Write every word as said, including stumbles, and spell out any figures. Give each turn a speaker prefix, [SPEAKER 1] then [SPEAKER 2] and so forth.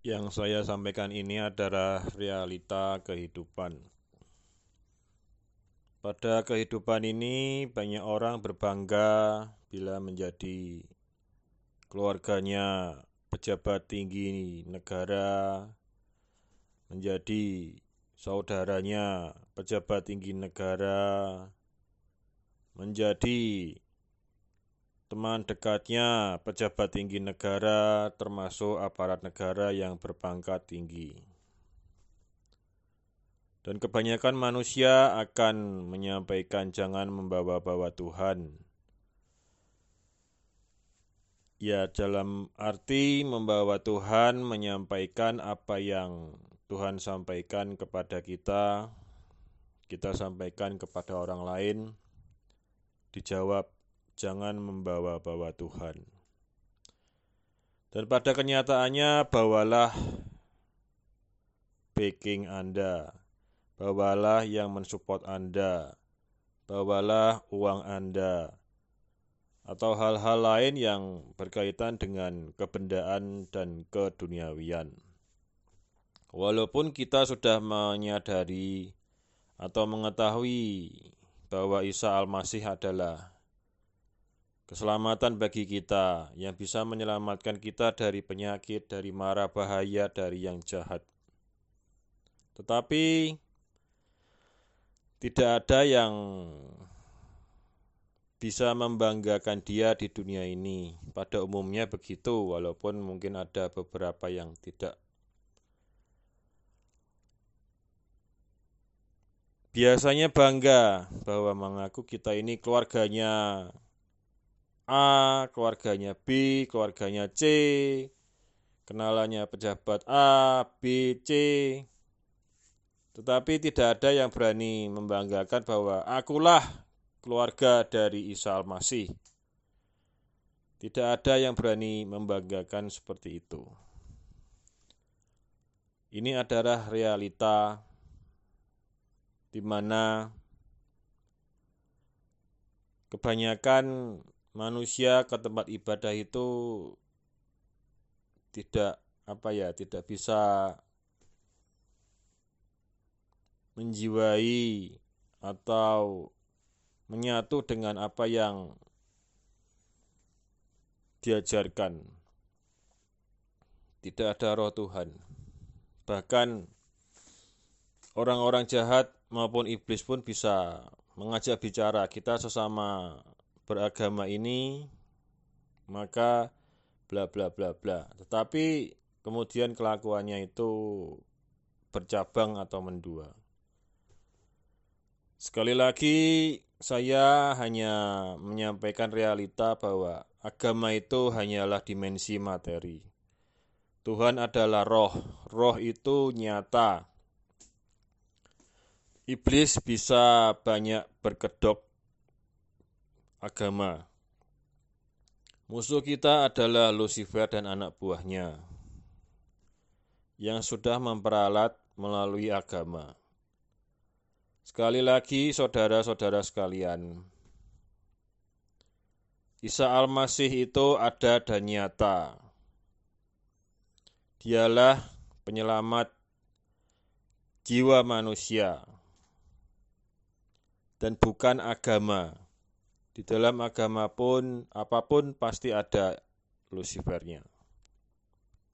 [SPEAKER 1] Yang saya sampaikan ini adalah realita kehidupan. Pada kehidupan ini banyak orang berbangga bila menjadi keluarganya pejabat tinggi negara, menjadi saudaranya pejabat tinggi negara, menjadi teman dekatnya pejabat tinggi negara, termasuk aparat negara yang berpangkat tinggi. Dan kebanyakan manusia akan menyampaikan jangan membawa-bawa Tuhan. Ya, dalam arti membawa Tuhan, menyampaikan apa yang Tuhan sampaikan kepada kita, kita sampaikan kepada orang lain, dijawab, jangan membawa-bawa Tuhan. Dan pada kenyataannya, bawalah backing Anda, bawalah yang mensupport Anda, bawalah uang Anda, atau hal-hal lain yang berkaitan dengan kebendaan dan keduniawian. Walaupun kita sudah menyadari atau mengetahui bahwa Isa Al-Masih adalah keselamatan bagi kita yang bisa menyelamatkan kita dari penyakit, dari mara bahaya, dari yang jahat. Tetapi tidak ada yang bisa membanggakan dia di dunia ini. Pada umumnya begitu, walaupun mungkin ada beberapa yang tidak. Biasanya bangga bahwa mengaku kita ini keluarganya A, keluarganya B, keluarganya C, kenalannya pejabat A, B, C. Tetapi tidak ada yang berani membanggakan bahwa akulah keluarga dari Isa Al-Masih. Tidak ada yang berani membanggakan seperti itu. Ini adalah realita di mana kebanyakan manusia ke tempat ibadah itu tidak apa ya, tidak bisa menjiwai atau menyatu dengan apa yang diajarkan. Tidak ada roh Tuhan. Bahkan orang-orang jahat maupun iblis pun bisa mengajak bicara kita sesama beragama ini, maka bla bla bla bla. Tetapi kemudian kelakuannya itu bercabang atau mendua. Sekali lagi, saya hanya menyampaikan realita bahwa agama itu hanyalah dimensi materi. Tuhan adalah roh, roh itu nyata. Iblis bisa banyak berkedok agama. Musuh kita adalah Lucifer dan anak buahnya yang sudah memperalat melalui agama. Sekali lagi saudara-saudara sekalian, Isa Al-Masih itu ada dan nyata. Dialah penyelamat jiwa manusia dan bukan agama. Di dalam agama pun apapun pasti ada Lucifernya.